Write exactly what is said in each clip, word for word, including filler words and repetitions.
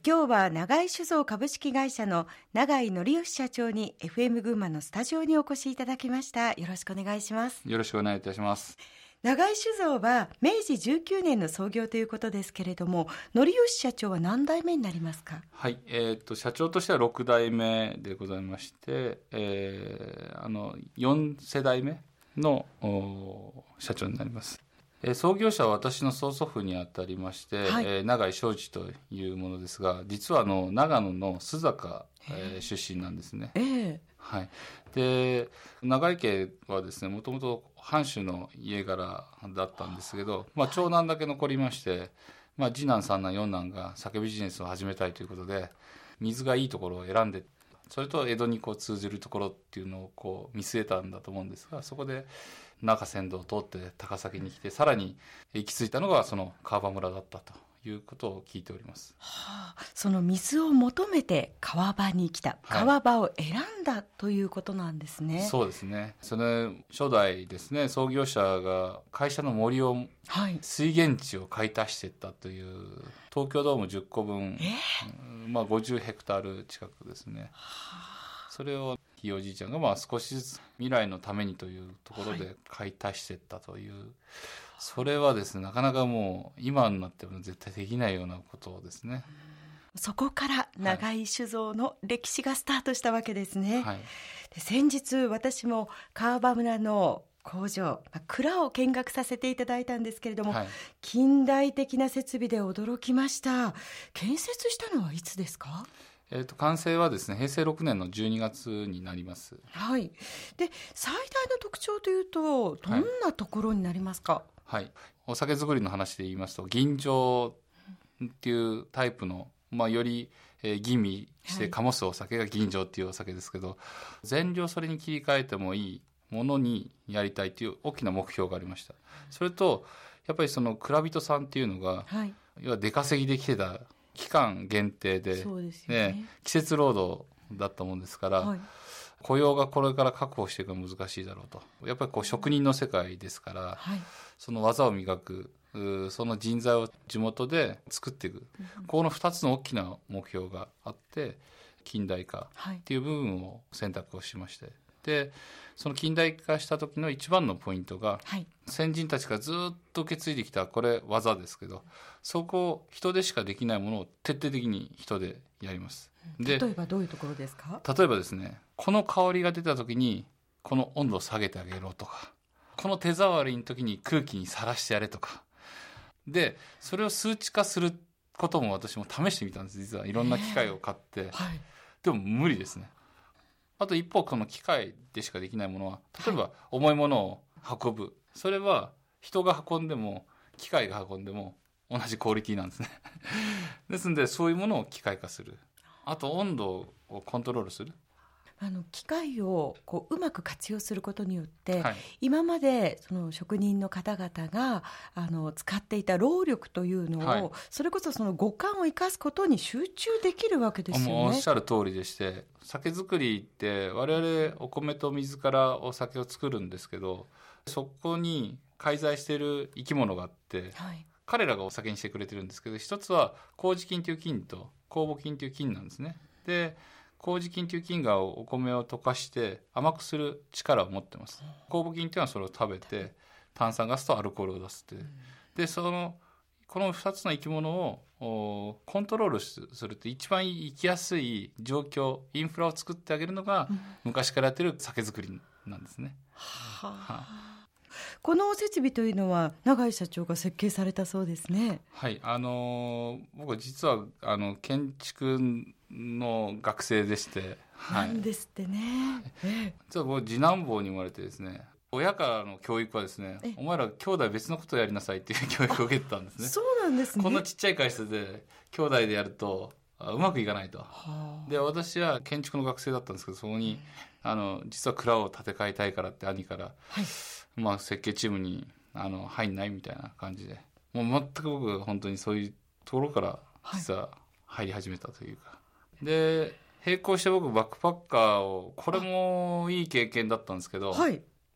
今日は長井酒造株式会社の長井則義社長に エフエム 群馬のスタジオにお越しいただきました。よろしくお願いします。 よろしくお願いいたします。 長井酒造はめいじじゅうきゅうねんの創業ということですけれども、則義社長は何代目になりますか？ はい、えー、と社長としてはろく代目でございまして、えー、あのよん世代目の社長になります。えー、創業者は私の曽祖父にあたりまして、はい、えー、長井正治というものですが、実はあの長野の須坂、えー、出身なんですね。 えーはい、で長井家はですね、もともと藩主の家柄だったんですけど、まあ、長男だけ残りまして、まあ、次男三男四男が酒ビジネスを始めたいということで、水がいいところを選んで、それと江戸にこう通じるところっていうのをこう見据えたんだと思うんですが、そこで中山道を通って高崎に来て、さらに行き着いたのがその川場村だったということを聞いております。 はあ、その水を求めて川場に来た、川場を選んだということなんですね。 はい、そうですね。それ初代ですね、創業者が会社の森を、はい、水源地を買い足していったという、東京ドームじゅっこぶん、えーまあ、ごじゅうヘクタール近くですね。はあ、それをひいおじいちゃんがまあ少しずつ未来のためにというところで買い足していったという、はい、それはですね、なかなかもう今になっても絶対できないようなことですね。 そこから長井酒造の歴史がスタートしたわけですね。 はい、 で先日私も川場村の工場、蔵を見学させていただいたんですけれども、はい、近代的な設備で驚きました。建設したのはいつですか？ えー、と完成はですね、へいせいろくねんのじゅうにがつになります。 はい。で最大の特徴というとどんなところになりますか？ はい、はい、お酒造りの話で言いますと、吟醸っていうタイプの、まあ、より、えー、吟味して醸すお酒が吟醸っていうお酒ですけど、はい、全量それに切り替えてもいいものにやりたいという大きな目標がありました。それとやっぱりその蔵人さんっていうのが、はい、要は出稼ぎで来てた期間限定 で, そうですよね、 ね、 季節労働だったもんですから、はい、雇用がこれから確保していくのは難しいだろうと。やっぱりこう職人の世界ですから、はい、その技を磨く、その人材を地元で作っていく、うん、このふたつの大きな目標があって、近代化っていう部分を選択をしまして、でその近代化した時の一番のポイントが、はい、先人たちがずっと受け継いできた、これ技ですけど、そこを人でしかできないものを徹底的に人でやります。 で例えばどういうところですか？ 例えばですね、この香りが出た時にこの温度を下げてあげろとか、この手触りの時に空気にさらしてやれとかで、それを数値化することも私も試してみたんです。実はいろんな機械を買って、はい、でも無理ですね。あと一方、この機械でしかできないものは、例えば重いものを運ぶ、それは人が運んでも機械が運んでも同じクオリティなんですねですのでそういうものを機械化する。あと温度をコントロールする。 あの機械をこううまく活用することによって、はい、今までその職人の方々があの使っていた労力というのを、はい、それこそその五感を生かすことに集中できるわけですよね。 もうおっしゃる通りでして、酒造りって我々お米と水からお酒を作るんですけど、そこに介在している生き物があって、はい、彼らがお酒にしてくれてるんですけど、一つは麹菌という菌と酵母菌という菌なんですね。で麹菌という菌がお米を溶かして甘くする力を持ってます。酵母菌というのはそれを食べて炭酸ガスとアルコールを出すって、うん、でそのこのふたつの生き物をコントロールするって一番生きやすい状況、インフラを作ってあげるのが昔からやってる酒造りなんですね。 はあ、はあ、この設備というのは永井社長が設計されたそうですね。 はい、あのー、僕実はあの建築の学生でして、 はい、なんですってね。 実は僕次男坊に生まれてですね、親からの教育はですね、お前ら兄弟別のことをやりなさいっていう教育を受けてたんですね。 そうなんですね。 こんなちっちゃい会社で兄弟でやるとうまくいかないと、はあ、で私は建築の学生だったんですけど、そこにあの実は蔵を建て替えたいからって兄から、はい、まあ、設計チームにあの入んないみたいな感じで、もう全く僕本当にそういうところから実は入り始めたというか、はい、で並行して僕バックパッカーを、これもいい経験だったんですけど、はい、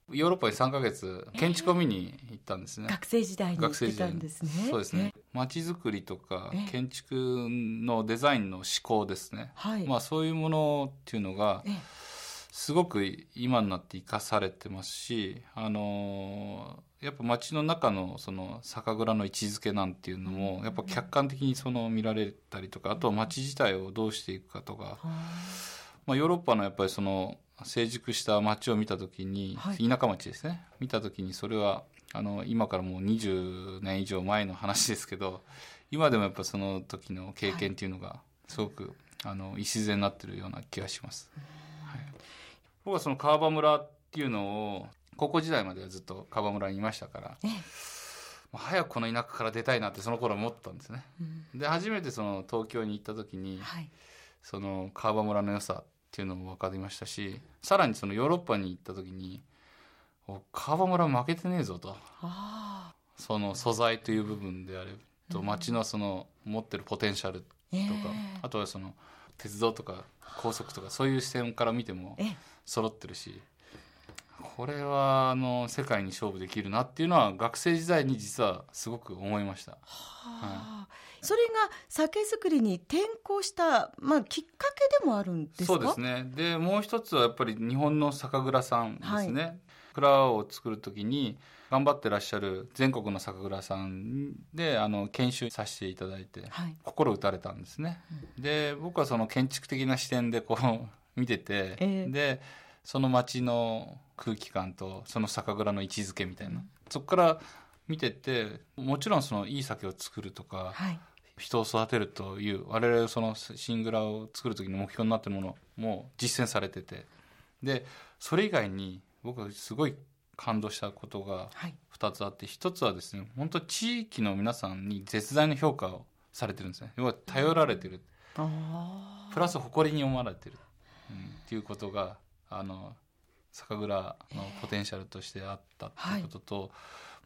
ヨーロッパにさんかげつ建築を見に行ったんですね、 えー、学生時代に行ってたんですね。 そうですね、街づくりとか建築のデザインの思考ですね、はい、まあ、そういうものっていうのがすごく今になって生かされてますし、あのー、やっぱ街の中のその酒蔵の位置づけなんていうのもやっぱ客観的にその見られたりとか、あとは街自体をどうしていくかとか、まあ、ヨーロッパのやっぱりその成熟した街を見たときに、はい、田舎町ですね、見たときにそれはあの今からもうにじゅうねん以上前の話ですけど、今でもやっぱその時の経験っていうのがすごく、はい、あの礎になってるような気がします、はい、僕はその川場村っていうのを高校時代まではずっと川場村にいましたから、早くこの田舎から出たいなってその頃思ったんですね、うん、で初めてその東京に行った時に、はい、その川場村の良さっていうのも分かりましたし、さらにそのヨーロッパに行った時に川場村負けてねえぞと、その素材という部分であれと街のその持ってるポテンシャルとか、えー、あとはその鉄道とか高速とかそういう視点から見ても揃ってるし、これはあの世界に勝負できるなっていうのは学生時代に実はすごく思いました。はあ、はい、それが酒造りに転向した、まあ、きっかけでもあるんですか？ そうですね。でもう一つはやっぱり日本の酒蔵さんですね、はい、蔵を作るときに頑張ってらっしゃる全国の酒蔵さんであの研修させていただいて、はい、心打たれたんですね、うん、で僕はその建築的な視点でこう見てて、えー、でその街の空気感とその酒蔵の位置づけみたいな、うん、そこから見てて、もちろんそのいい酒を作るとか、はい、人を育てるという我々その新蔵を作る時の目標になっているものも実践されてて、でそれ以外に僕はすごい感動したことがふたつあって、はい、ひとつはですね、本当地域の皆さんに絶大な評価をされてるんですね。要は頼られてる、うん、プラス誇りに思われてる、うん、っていうことがあの酒蔵のポテンシャルとしてあったっていうことと、はい、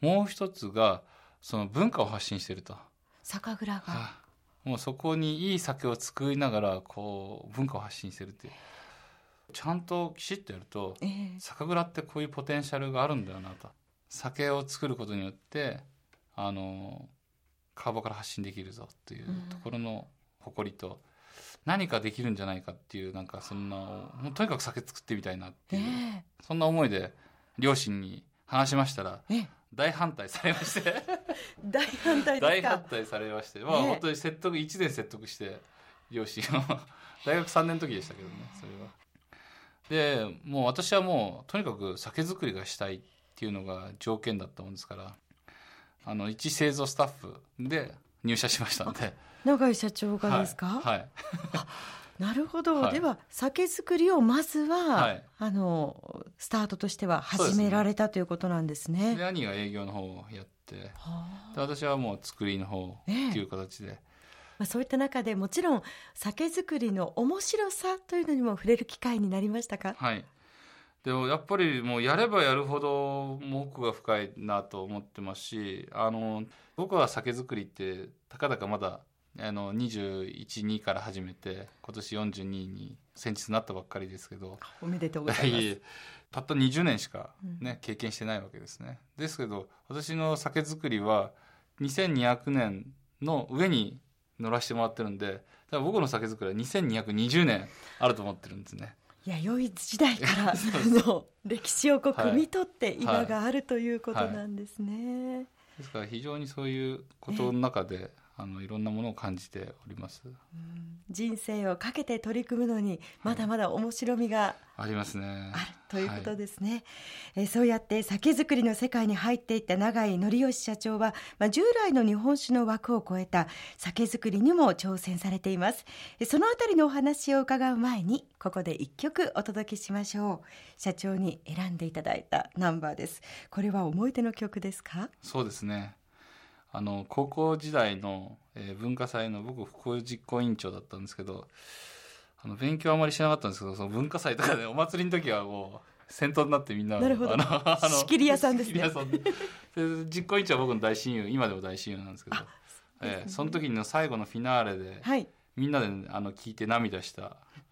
もう一つがその文化を発信してると、 酒蔵が、はあ、もうそこにいい酒を作りながらこう文化を発信してるっていう、ちゃんときちっとやると、えー、酒蔵ってこういうポテンシャルがあるんだよなと、酒を作ることによってあの川場から発信できるぞというところの誇りと、うん、何かできるんじゃないかっていう、なんかそんなもうとにかく酒作ってみたいなっていう、えー、そんな思いで両親に話しましたら、えー、大反対されまして大反対ですか？ 大反対されまして、まあ、えー、本当に説得いちねん説得して両親を大学さんねんの時でしたけどね、それは。でもう私はもうとにかく酒造りがしたいっていうのが条件だったもんですから、あの一製造スタッフで入社しましたので。 永井社長がですか？ はい、はい、 なるほど、はい、では酒造りをまずは、はい、あのスタートとしては始められたということなんですね。 で兄が営業の方をやって、で私はもう作りの方っていう形で、ええ、 まあ、そういった中でもちろん酒造りの面白さというのにも触れる機会になりましたか？ はい、でもやっぱりもうやればやるほど奥が深いなと思ってますし、あの僕は酒造りってたかだかまだあのにじゅういち、にから始めて今年よんじゅうにに先日なったばっかりですけど、 おめでとうございます。 たったにじゅうねんしか、ね、うん、経験してないわけですね。ですけど私の酒造りはにせんにひゃくねんの上に乗らせてもらってるんで、だから僕の酒造りはにせんにひゃくにじゅうねんあると思ってるんですね。 弥生時代からの歴史をこう汲み取って今があるということなんですね、はいはい、 ですから非常にそういうことの中であのいろんなものを感じております、うん、 人生をかけて取り組むのにまだまだ面白みが、 はい、ありますね。 あるということですね、はい、えそうやって酒造りの世界に入っていった永井則義社長は、まあ、従来の日本酒の枠を超えた酒造りにも挑戦されています。そのあたりのお話を伺う前にここで一曲お届けしましょう。社長に選んでいただいたナンバーです。これは思い出の曲ですか？ そうですね、あの高校時代の、えー、文化祭の僕副実行委員長だったんですけど、あの勉強あまりしなかったんですけど、その文化祭とかでお祭りの時はもう先頭になってみんななるほど、あのあの仕切り屋さんですね。 で実行委員長は僕の大親友、今でも大親友なんですけど、そ, えー、その時の最後のフィナーレで、はい、みんなであの聞いて涙した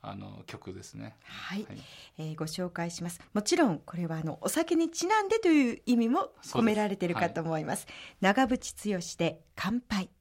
あの曲ですね。 はい、はい、えー、ご紹介します。もちろんこれはあのお酒にちなんでという意味も込められているかと思います。はい、長渕剛で乾杯。